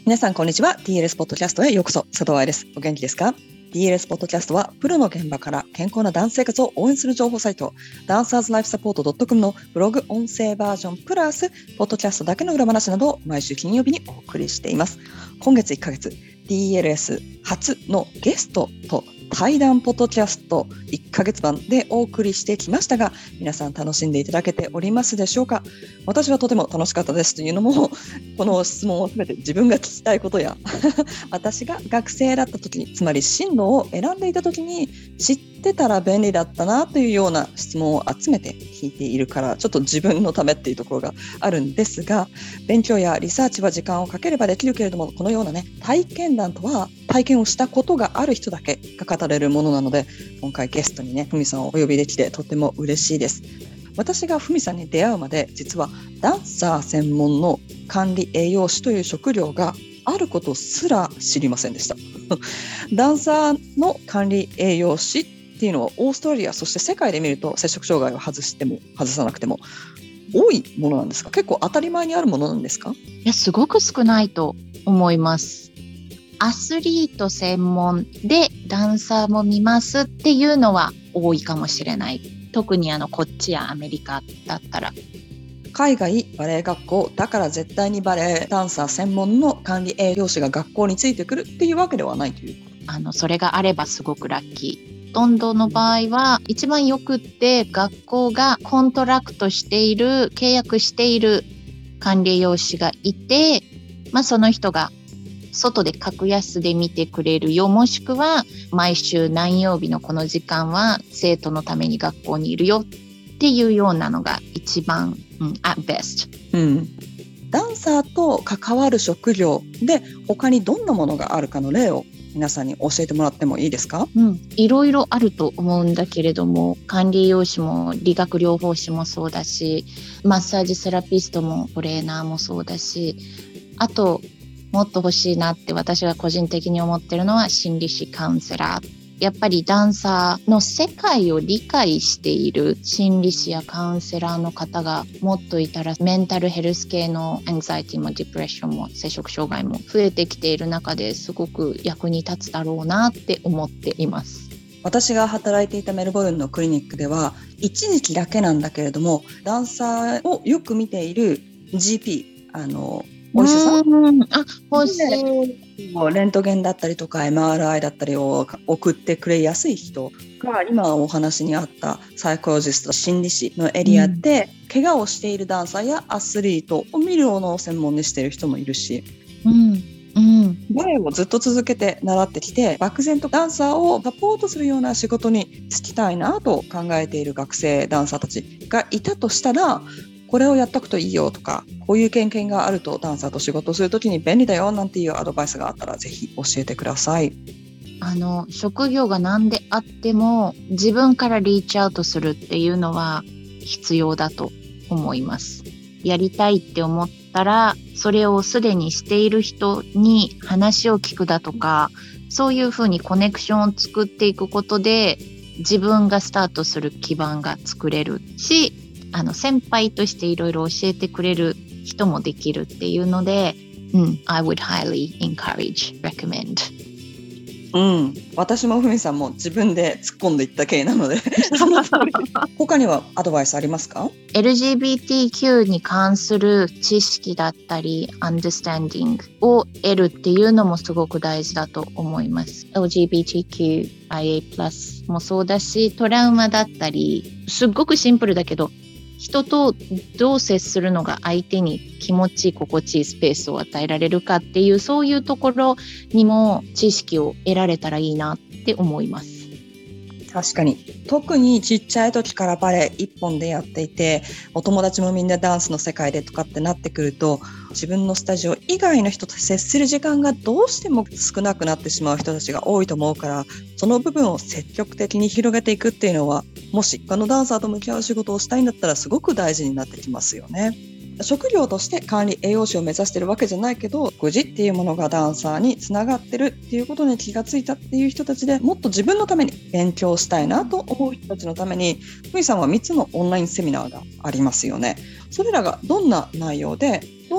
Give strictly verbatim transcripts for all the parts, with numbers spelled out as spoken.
皆さんこんにちは。 ディーエルエス ポッドキャストへようこそ。佐藤愛です。お元気ですか？ ディーエルエス ポッドキャストはプロの現場から健康なダンス生活を応援する情報サイトダンサーズライフサポート .com のブログ音声バージョンプラスポッドキャストだけの裏話などを毎週金曜日にお送りしています。今月いっかげつ ディーエルエス 初のゲストと対談ポッドキャストいっかげつばんでお送りしてきましたが、皆さん楽しんでいただけておりますでしょうか？私はとても楽しかったですというのも、この質問をすべて自分が聞きたいことや私が学生だった時に、つまり進路を選んでいた時に知ってたら便利だったなというような質問を集めて聞いているから、ちょっと自分のためっていうところがあるんですが、勉強やリサーチは時間をかければできるけれども、このようなね体験談とは体験をしたことがある人だけが語れるものなので、今回ゲストにねふみさんをお呼びできてとても嬉しいです。私がふみさんに出会うまで、実はダンサー専門の管理栄養士という職業があることすら知りませんでしたダンサーの管理栄養士っていうのはオーストラリア、そして世界で見ると摂食障害を外しても外さなくても多いものなんですか？結構当たり前にあるものなんですか？ いや、すごく少ないと思います。アスリート専門でダンサーも見ますっていうのは多いかもしれない。特にあのこっちやアメリカだったら。 海外バレエ学校だから絶対にバレエダンサー専門の管理栄養士が学校についてくるっていうわけではないという。 あのそれがあればすごくラッキー。ほとんどの場合は一番よくって学校がコントラクトしている契約している管理栄養士がいて、まあ、その人が外で格安で見てくれるよ、もしくは毎週何曜日のこの時間は生徒のために学校にいるよっていうようなのが一番、うん、at best、 うん、ダンサーと関わる職業で他にどんなものがあるかの例を皆さんに教えてもらってもいいですか？ うん、いろいろあると思うんだけれども、管理栄養士も理学療法士もそうだし、マッサージセラピストもトレーナーもそうだし、あともっと欲しいなって私が個人的に思ってるのは心理師カウンセラー。やっぱりダンサーの世界を理解している心理師やカウンセラーの方がもっといたら、メンタルヘルス系のアンザイティもディプレッションも摂食障害も増えてきている中ですごく役に立つだろうなって思っています。 私が働いていたメルボルンのクリニックでは一時期だけなんだけれども、ダンサーをよく見ている ジーピー、 あのお医者さん、 あ、欲しい。 レントゲンだったりとか エムアールアイ だったりを送ってくれやすい人が、今お話にあったサイコロジスト、心理師のエリアで、うん、怪我をしているダンサーやアスリートを見るのを専門にしている人もいるし、 うんうん、 バレエをずっと続けて習ってきて、漠然とダンサーをサポートするような仕事に就きたいなと考えている学生ダンサーたちがいたとしたら、これをやっとくといいよとか、こういう経験があるとダンサーと仕事をするときに便利だよなんていうアドバイスがあったらぜひ教えてください。 あの職業が何であっても自分からリーチアウトするっていうのは必要だと思います。やりたいって思ったら、それをすでにしている人に話を聞くだとか、そういうふうにコネクションを作っていくことで自分がスタートする基盤が作れるし、あの先輩としていろいろ教えてくれる人もできるっていうので、うん、I would highly encourage, recommend。 うん、私もふみさんも自分で突っ込んでいった系なのでその通り。他にはアドバイスありますか？ エルジービーティーキュー に関する知識だったり understanding を得るっていうのもすごく大事だと思います。 エルジービーティーキューアイエー プラスもそうだし、トラウマだったり、すっごくシンプルだけど人とどう接するのが相手に気持ちいい心地いいスペースを与えられるかっていう、そういうところにも知識を得られたらいいなって思います。 確かに、特にちっちゃい時からバレエ一本でやっていて、お友達もみんなダンスの世界でとかってなってくると、自分のスタジオ以外の人と接する時間がどうしても少なくなってしまう人たちが多いと思うから、その部分を積極的に広げていくっていうのは、もし他のダンサーと向き合う仕事をしたいんだったらすごく大事になってきますよね。職業として管理栄養士を目指してるわけじゃないけど、食事っていうものがダンサーにつながってるっていうことに気がついたっていう人たちで、もっと自分のために勉強したいなと思う人たちのために、ふみさんはみっつのオンラインセミナーがありますよね。それらがどんな内容でどん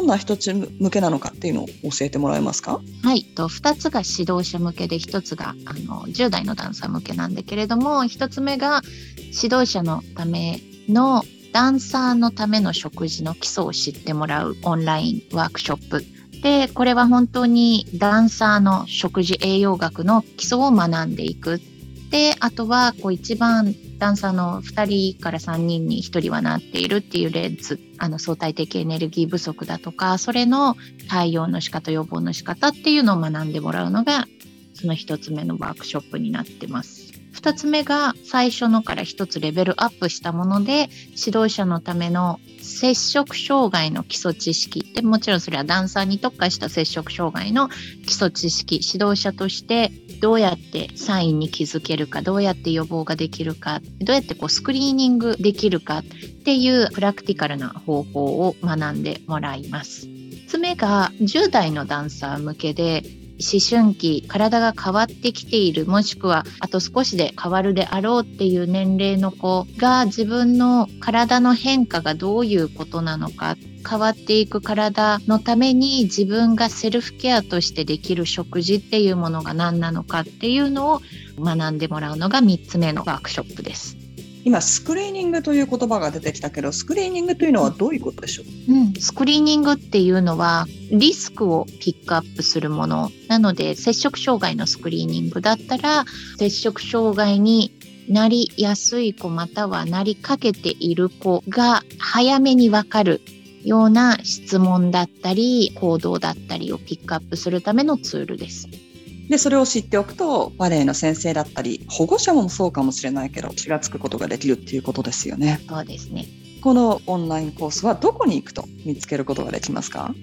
んな人向けなのかっていうのを教えてもらえますか？ はい、とふたつが指導者向けで、ひとつがあのじゅう代のダンサー向けなんだけれども、ひとつめが指導者のためのダンサーのための食事の基礎を知ってもらうオンラインワークショップで、これは本当にダンサーの食事栄養学の基礎を学んでいく。で、あとはこう一番ダンサーのふたりからさんにんにひとりはなっているっていう例、あの相対的エネルギー不足だとか、それの対応の仕方、予防の仕方っていうのを学んでもらうのがそのひとつめのワークショップになってます。ふたつめが最初のからひとつレベルアップしたもので、指導者のための摂食障害の基礎知識で、もちろんそれはダンサーに特化した摂食障害の基礎知識、指導者としてどうやってサインに気づけるか、どうやって予防ができるか、どうやってこうスクリーニングできるかっていうプラクティカルな方法を学んでもらいます。みっつめがじゅう代のダンサー向けで、思春期、体が変わってきている、もしくはあと少しで変わるであろうっていう年齢の子が、自分の体の変化がどういうことなのか、変わっていく体のために自分がセルフケアとしてできる食事っていうものが何なのかっていうのを学んでもらうのがみっつめのワークショップです。 今スクリーニングという言葉が出てきたけど、スクリーニングというのはどういうことでしょう？ うん、スクリーニングっていうのはリスクをピックアップするものなので、摂食障害のスクリーニングだったら、摂食障害になりやすい子またはなりかけている子が早めに分かるような質問だったり行動だったりをピックアップするためのツールです。 で、それを知っておくとバレエの先生だったり保護者もそうかもしれないけど、気がつくことができるっていうことですよね。 そうですね。 このオンラインコースはどこに行くと見つけることができますか？ はい、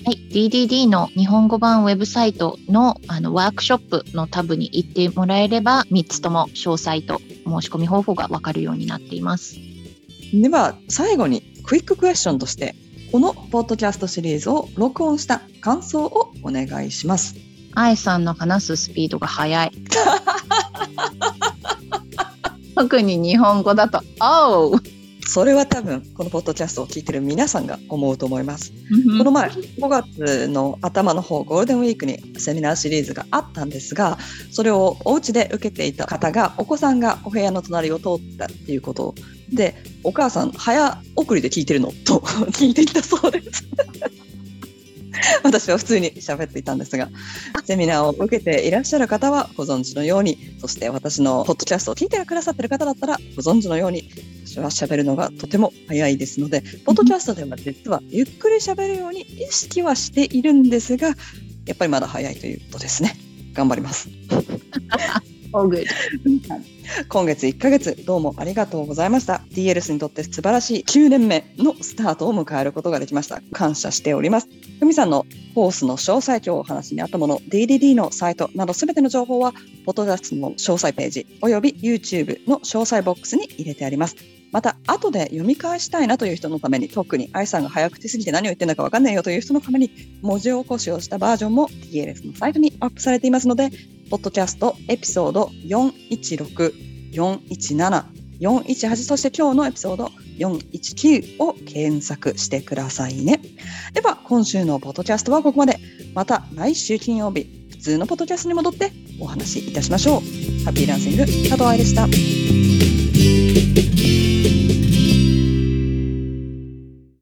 ディーディーディー の日本語版ウェブサイト の, あのワークショップのタブに行ってもらえれば、みっつとも詳細と申し込み方法が分かるようになっています。 では最後にクイッククエスチョンとして、このポッドキャストシリーズを録音した感想をお願いします。 あえさんの話すスピードが速い特に日本語だとおう、 それは多分このポッドキャストを聞いてる皆さんが思うと思います。この前ごがつの頭の方、ゴールデンウィークにセミナーシリーズがあったんですが、それをお家で受けていた方が、お子さんがお部屋の隣を通ったっていうことで、お母さん早送りで聞いてるのと聞いていたそうです私は普通に喋っていたんですが、セミナーを受けていらっしゃる方はご存知のように、そして私のポッドキャストを聞いてくださっている方だったらご存知のように、私は喋るのがとても早いですので、ポッドキャストでは実はゆっくり喋るように意識はしているんですが、やっぱりまだ早いということですね。頑張ります今月いっかげつどうもありがとうございました。 ディーエルエス にとって素晴らしいきゅうねんめのスタートを迎えることができました。感謝しております。ふみさんのコースの詳細、今日お話にあったもの、 ディーディーディー のサイトなどすべての情報はポッドキャストの詳細ページおよび YouTube の詳細ボックスに入れてあります。また後で読み返したいなという人のために、特に愛さんが早口すぎて何を言ってるのか分かんないよという人のために、文字起こしをしたバージョンも ディーエルエス のサイトにアップされていますので、ポッドキャストエピソードよんいちろく、よんいちなな、よんいちはち、そして今日のエピソードよんいちきゅうを検索してくださいね。では今週のポッドキャストはここまで。また来週金曜日、普通のポッドキャストに戻ってお話しいたしましょう。ハッピーランシング、佐藤愛でした。